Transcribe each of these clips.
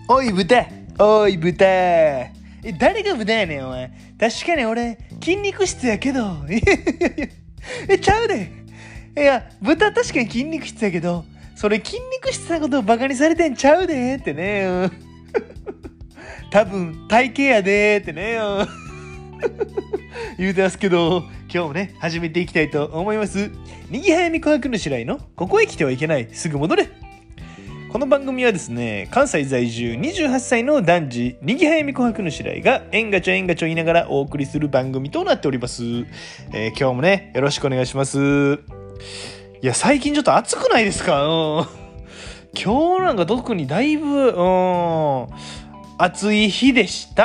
おい豚、誰が豚やねんお前。確かに俺筋肉質やけどちゃうで。いや豚確かに筋肉質やけど、それ筋肉質なことをバカにされてんちゃうでってね多分体型やでってね言うてますけど、今日もね始めていきたいと思います。にぎはやみ琥珀の白井のここへ来てはいけない、すぐ戻れ。この番組はですね、関西在住28歳の男児にぎはやみ琥珀の白井がえんがちょ言いながらお送りする番組となっております。今日もねよろしくお願いします。いや最近ちょっと暑くないですか？今日なんか特にだいぶ暑い日でした。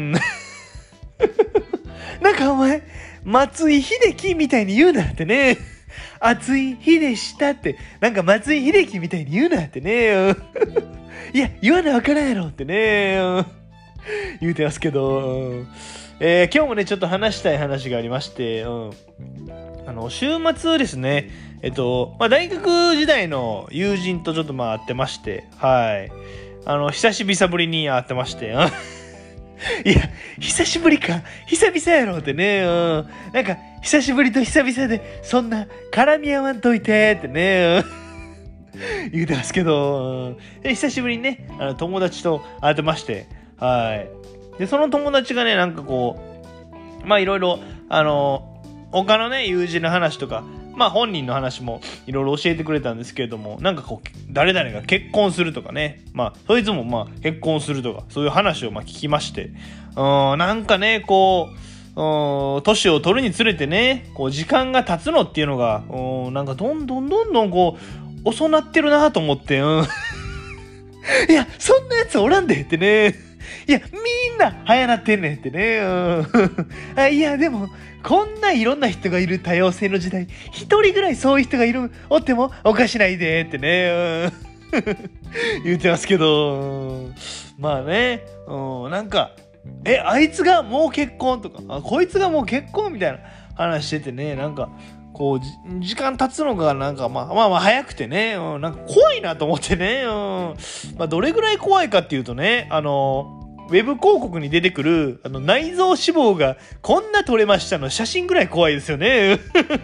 なんかお前松井秀喜みたいに言うなってね。暑い日でしたってなんか松井秀喜みたいに言うなってね。いや言わなわからんやろってね言うてますけど、今日もねちょっと話したい話がありまして、週末ですね、大学時代の友人とちょっと会ってまして、久しぶりに会ってましていや久しぶりか久々やろってね。なんか久しぶりと久々でそんな絡み合わんといてってね言うてますけど、久しぶりにね友達と会ってまして、でその友達がねなんかこういろいろ他のね友人の話とか本人の話もいろいろ教えてくれたんですけれども、なんかこう誰々が結婚するとかね、そいつも結婚するとかそういう話を聞きまして、なんかねこう年を取るにつれてねこう時間が経つのっていうのがなんかどんどんこう遅なってるなと思って、いやそんなやつおらんでってね。いやみんな早なってんねんってね。いやでもこんないろんな人がいる多様性の時代、一人ぐらいそういう人がおってもおかしないでってね言ってますけど、なんかあいつがもう結婚とかこいつがもう結婚みたいな話しててね、なんかこう時間経つのがなんか早くてね、なんか怖いなと思ってね。どれぐらい怖いかっていうとね、ウェブ広告に出てくる内臓脂肪がこんな取れましたの写真ぐらい怖いですよね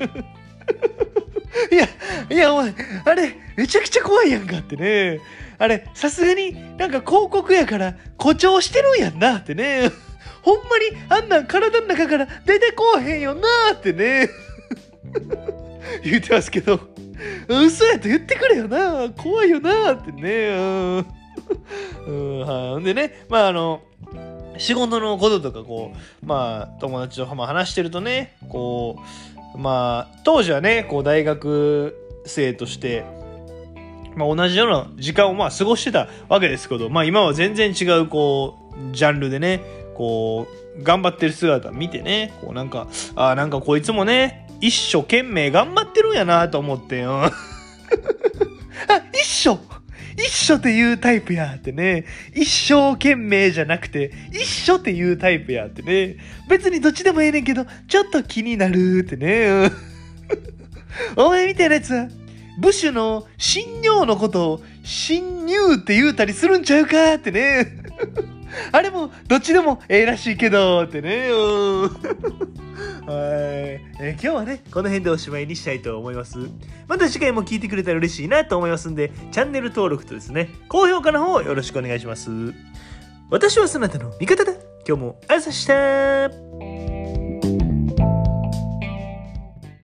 いやお前あれめちゃくちゃ怖いやんかってね。あれさすがになんか広告やから誇張してるんやんなってね。ほんまにあんなん体の中から出てこうへんよなってね言ってますけど、嘘やと言ってくれよな、怖いよなってね。でね仕事のこととかこう友達と話してるとねこう当時はねこう大学生として同じような時間を過ごしてたわけですけど、今は全然違うこうジャンルでねこう頑張ってる姿見てね、こうなんかこいつもね一生懸命頑張ってるんやなと思って一緒っていうタイプやってね。一生懸命じゃなくて一緒っていうタイプやってね。別にどっちでもええねんけどちょっと気になるってねお前みたいなやつはブッシュの新尿のことを新入って言うたりするんちゃうかってねあれもどっちでもええらしいけどってね今日はねこの辺でおしまいにしたいと思います。また次回も聞いてくれたら嬉しいなと思いますんで、チャンネル登録とですね高評価の方よろしくお願いします。私はそなたの味方だ。今日もありがとうございました。